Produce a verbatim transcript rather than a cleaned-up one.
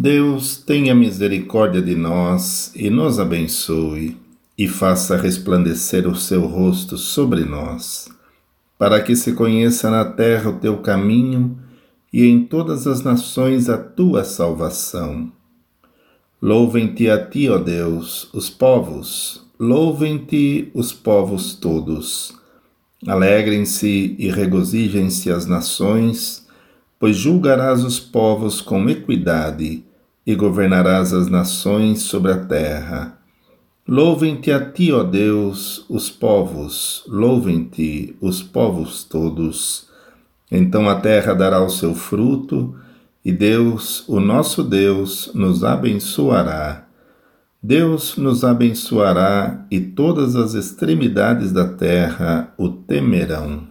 Deus tenha misericórdia de nós e nos abençoe, e faça resplandecer o seu rosto sobre nós, para que se conheça na terra o teu caminho e em todas as nações a tua salvação. Louvem-te a ti, ó Deus, os povos, louvem-te os povos todos. Alegrem-se e regozijem-se as nações, pois julgarás os povos com equidade e governarás as nações sobre a terra. Louvem-te a ti, ó Deus, os povos, louvem-te os povos todos. Então a terra dará o seu fruto, e Deus, o nosso Deus, nos abençoará. Deus nos abençoará, e todas as extremidades da terra o temerão.